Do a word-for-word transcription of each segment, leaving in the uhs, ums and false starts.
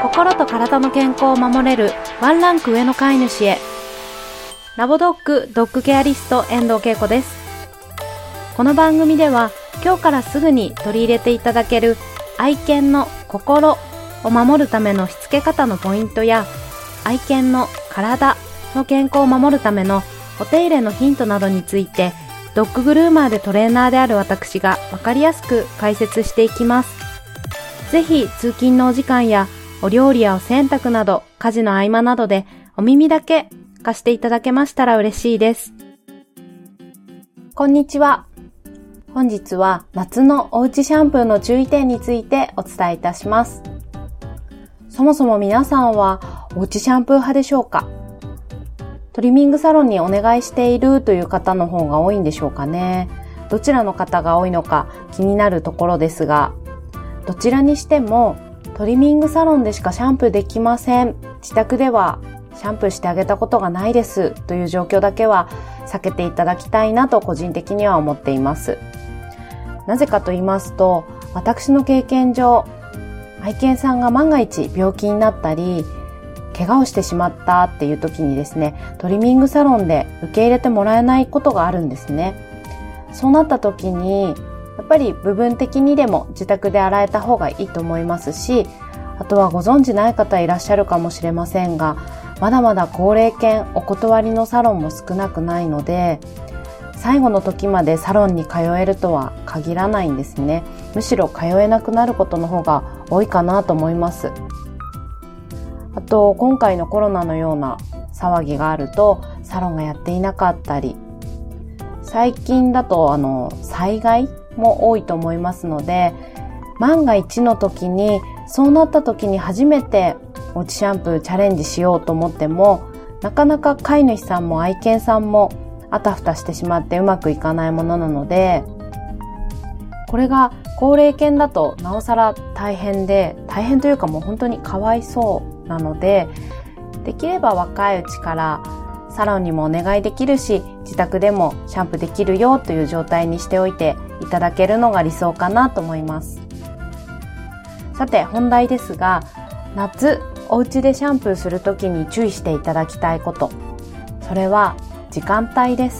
心と体の健康を守れるワンランク上の飼い主へ。ラボドッグドッグケアリスト遠藤恵子です。この番組では今日からすぐに取り入れていただける愛犬の心を守るためのしつけ方のポイントや、愛犬の体の健康を守るためのお手入れのヒントなどについて、ドッググルーマーでトレーナーである私がわかりやすく解説していきます。ぜひ通勤のお時間やお料理やお洗濯など家事の合間などでお耳だけ貸していただけましたら嬉しいです。こんにちは。本日は夏のおうちシャンプーの注意点についてお伝えいたします。そもそも皆さんはおうちシャンプー派でしょうか？トリミングサロンにお願いしているという方の方が多いんでしょうかね。どちらの方が多いのか気になるところですが、どちらにしてもトリミングサロンでしかシャンプーできません、自宅ではシャンプーしてあげたことがないですという状況だけは避けていただきたいなと個人的には思っています。なぜかと言いますと、私の経験上、愛犬さんが万が一病気になったり怪我をしてしまったっていう時にですね、トリミングサロンで受け入れてもらえないことがあるんですね。そうなった時にやっぱり部分的にでも自宅で洗えた方がいいと思いますし、あとはご存知ない方いらっしゃるかもしれませんが、まだまだ高齢犬お断りのサロンも少なくないので、最後の時までサロンに通えるとは限らないんですね。むしろ通えなくなることの方が多いかなと思います。あと、今回のコロナのような騒ぎがあるとサロンがやっていなかったり、最近だとあの災害も多いと思いますので、万が一の時に、そうなった時に初めておうちシャンプーチャレンジしようと思っても、なかなか飼い主さんも愛犬さんもあたふたしてしまってうまくいかないものなので、これが高齢犬だとなおさら大変で、大変というかもう本当にかわいそうなので、できれば若いうちからサロンにもお願いできるし、自宅でもシャンプーできるよという状態にしておいていただけるのが理想かなと思います。さて本題ですが、夏お家でシャンプーするときに注意していただきたいこと、それは時間帯です。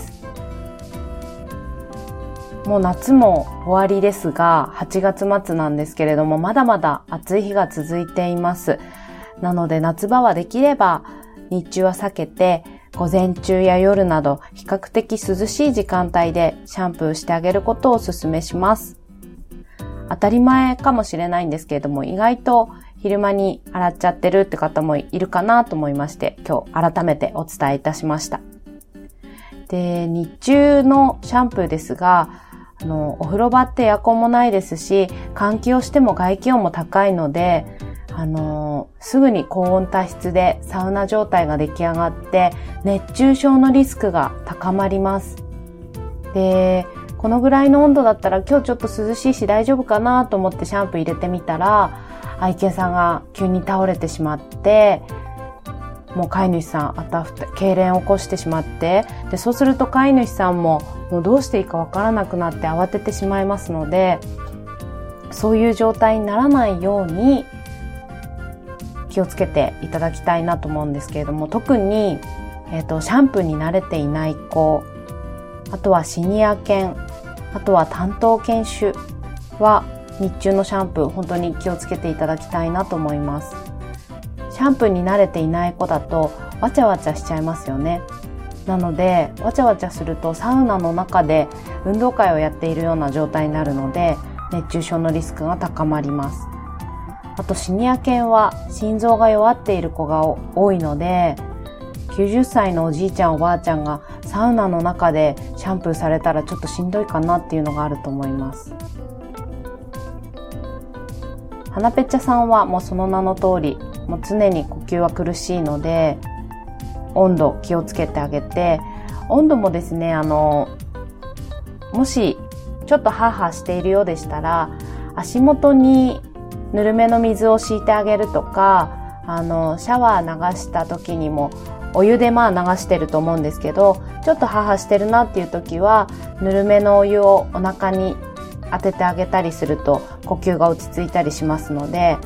もう夏も終わりですが、はちがつ末なんですけれども、まだまだ暑い日が続いています。なので夏場はできれば日中は避けて、午前中や夜など比較的涼しい時間帯でシャンプーしてあげることをお勧めします。当たり前かもしれないんですけれども、意外と昼間に洗っちゃってるって方もいるかなと思いまして、今日改めてお伝えいたしました。で、日中のシャンプーですが、あのお風呂場ってエアコンもないですし、換気をしても外気温も高いので、あのすぐに高温多湿でサウナ状態が出来上がって熱中症のリスクが高まります。で、このぐらいの温度だったら今日ちょっと涼しいし大丈夫かなと思ってシャンプー入れてみたら、愛犬さんが急に倒れてしまって、もう飼い主さんあたふた痙攣を起こしてしまって、でそうすると飼い主さんももうどうしていいかわからなくなって慌ててしまいますので、そういう状態にならないように気をつけていただきたいなと思うんですけれども、特に、えーと、シャンプーに慣れていない子、あとはシニア犬、あとは担当犬種は日中のシャンプー本当に気をつけていただきたいなと思います。シャンプーに慣れていない子だとわちゃわちゃしちゃいますよね。なのでわちゃわちゃするとサウナの中で運動会をやっているような状態になるので、熱中症のリスクが高まります。あとシニア犬は心臓が弱っている子が多いので、きゅうじゅっさいのおじいちゃんおばあちゃんがサウナの中でシャンプーされたらちょっとしんどいかなっていうのがあると思います。花ぺっちゃさんはもうその名の通り、もう常に呼吸は苦しいので温度気をつけてあげて、温度もですね、あのもしちょっとハーハーしているようでしたら、足元にぬるめの水を敷いてあげるとか、あのシャワー流した時にもお湯でまあ流してると思うんですけど、ちょっとハーハーしてるなっていう時はぬるめのお湯をお腹に当ててあげたりすると呼吸が落ち着いたりしますので、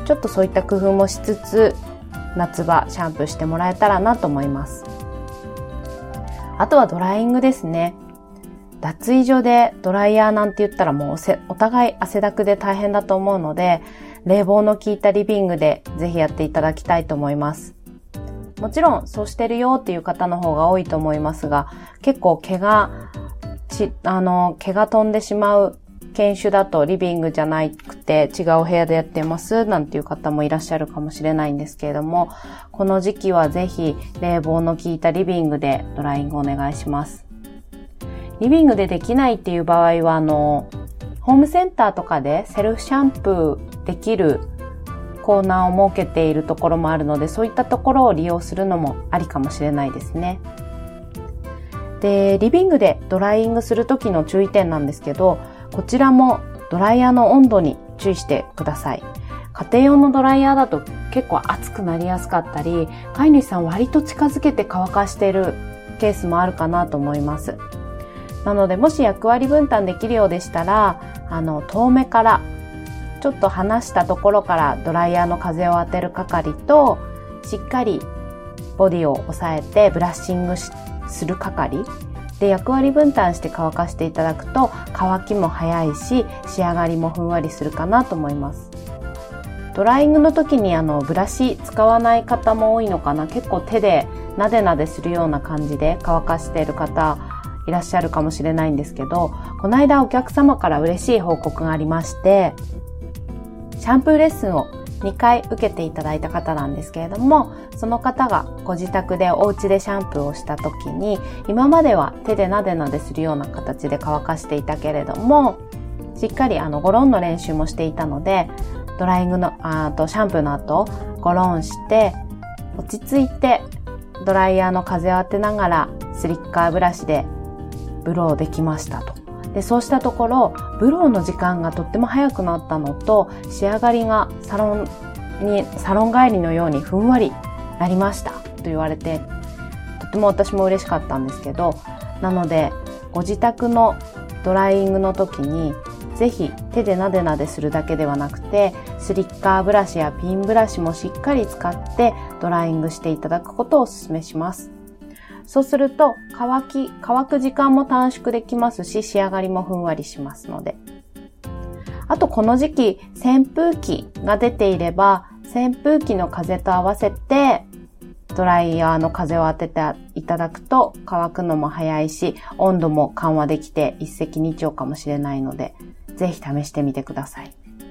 ちょっとそういった工夫もしつつ夏場シャンプーしてもらえたらなと思います。あとはドライイングですね。脱衣所でドライヤーなんて言ったらもう お, せお互い汗だくで大変だと思うので、冷房の効いたリビングでぜひやっていただきたいと思います。もちろんそうしてるよっていう方の方が多いと思いますが、結構毛がしあの毛が飛んでしまう犬種だとリビングじゃなくて違う部屋でやってますなんていう方もいらっしゃるかもしれないんですけれども、この時期はぜひ冷房の効いたリビングでドライイングお願いします。リビングでできないっていう場合はあのホームセンターとかでセルフシャンプーできるコーナーを設けているところもあるので、そういったところを利用するのもありかもしれないですね。で、リビングでドライイングする時の注意点なんですけど、こちらもドライヤーの温度に注意してください。家庭用のドライヤーだと結構熱くなりやすかったり、飼い主さん割と近づけて乾かしているケースもあるかなと思います。なのでもし役割分担できるようでしたら、あの遠目からちょっと離したところからドライヤーの風を当てる係と、しっかりボディを押さえてブラッシングしする係で役割分担して乾かしていただくと乾きも早いし仕上がりもふんわりするかなと思います。ドライイングの時にあのブラシ使わない方も多いのかな。結構手でなでなでするような感じで乾かしている方いらっしゃるかもしれないんですけど、この間お客様から嬉しい報告がありまして、シャンプーレッスンをにかい受けていただいた方なんですけれども、その方がご自宅でお家でシャンプーをした時に、今までは手でなでなでするような形で乾かしていたけれども、しっかりあのゴロンの練習もしていたので、ドライイングのあとシャンプーの後ゴロンして落ち着いてドライヤーの風を当てながらスリッカーブラシでブローできましたと。で、そうしたところブローの時間がとっても早くなったのと、仕上がりがサロンにサロン帰りのようにふんわりなりましたと言われて、とても私も嬉しかったんですけど、なのでご自宅のドライイングの時にぜひ手でなでなでするだけではなくて、スリッカーブラシやピンブラシもしっかり使ってドライイングしていただくことをお勧めします。そうすると乾き、乾く時間も短縮できますし、仕上がりもふんわりしますので。あとこの時期、扇風機が出ていれば、扇風機の風と合わせてドライヤーの風を当てていただくと乾くのも早いし、温度も緩和できて一石二鳥かもしれないので、ぜひ試してみてください。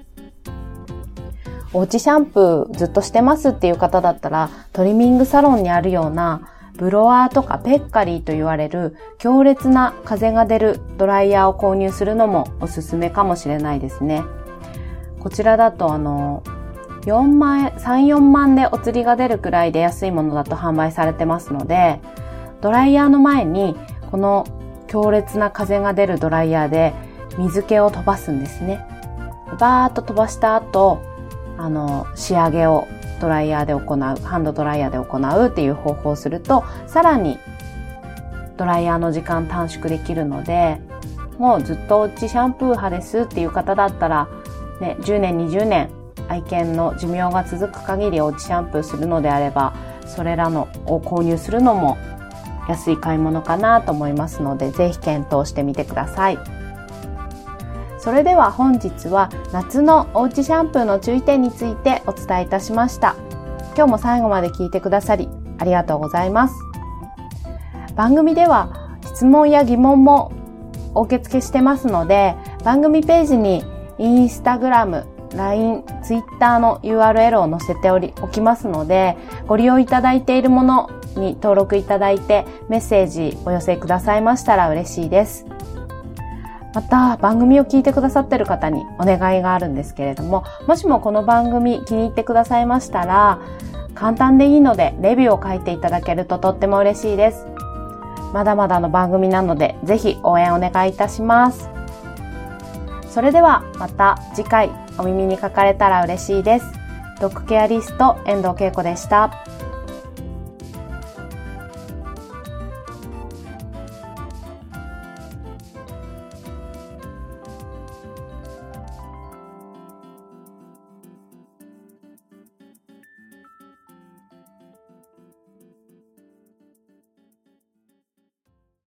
おうちシャンプーずっとしてますっていう方だったら、トリミングサロンにあるようなブロワーとかペッカリーと言われる強烈な風が出るドライヤーを購入するのもおすすめかもしれないですね。こちらだとあのよんまんえん、さん、よんまんでお釣りが出るくらいで安いものだと販売されてますので、ドライヤーの前にこの強烈な風が出るドライヤーで水気を飛ばすんですね。バーッと飛ばした後、あの仕上げをドライヤーで行う、ハンドドライヤーで行うっていう方法をすると、さらにドライヤーの時間短縮できるので、もうずっとおうちシャンプー派ですっていう方だったら、ね、じゅうねん、にじゅうねん愛犬の寿命が続く限りおうちシャンプーするのであれば、それらのを購入するのも安い買い物かなと思いますので、ぜひ検討してみてください。それでは本日は夏のおうちシャンプーの注意点についてお伝えいたしました。今日も最後まで聞いてくださりありがとうございます。番組では質問や疑問もお受け付けしてますので、番組ページにインスタグラム、ライン、ツイッターの ユーアールエル を載せておりおきますので、ご利用いただいているものに登録いただいてメッセージお寄せくださいましたら嬉しいです。また番組を聞いてくださっている方にお願いがあるんですけれども、もしもこの番組気に入ってくださいましたら、簡単でいいのでレビューを書いていただけるととっても嬉しいです。まだまだの番組なのでぜひ応援お願いいたします。それではまた次回お耳にかかれたら嬉しいです。ドッグケアリスト遠藤恵子でした。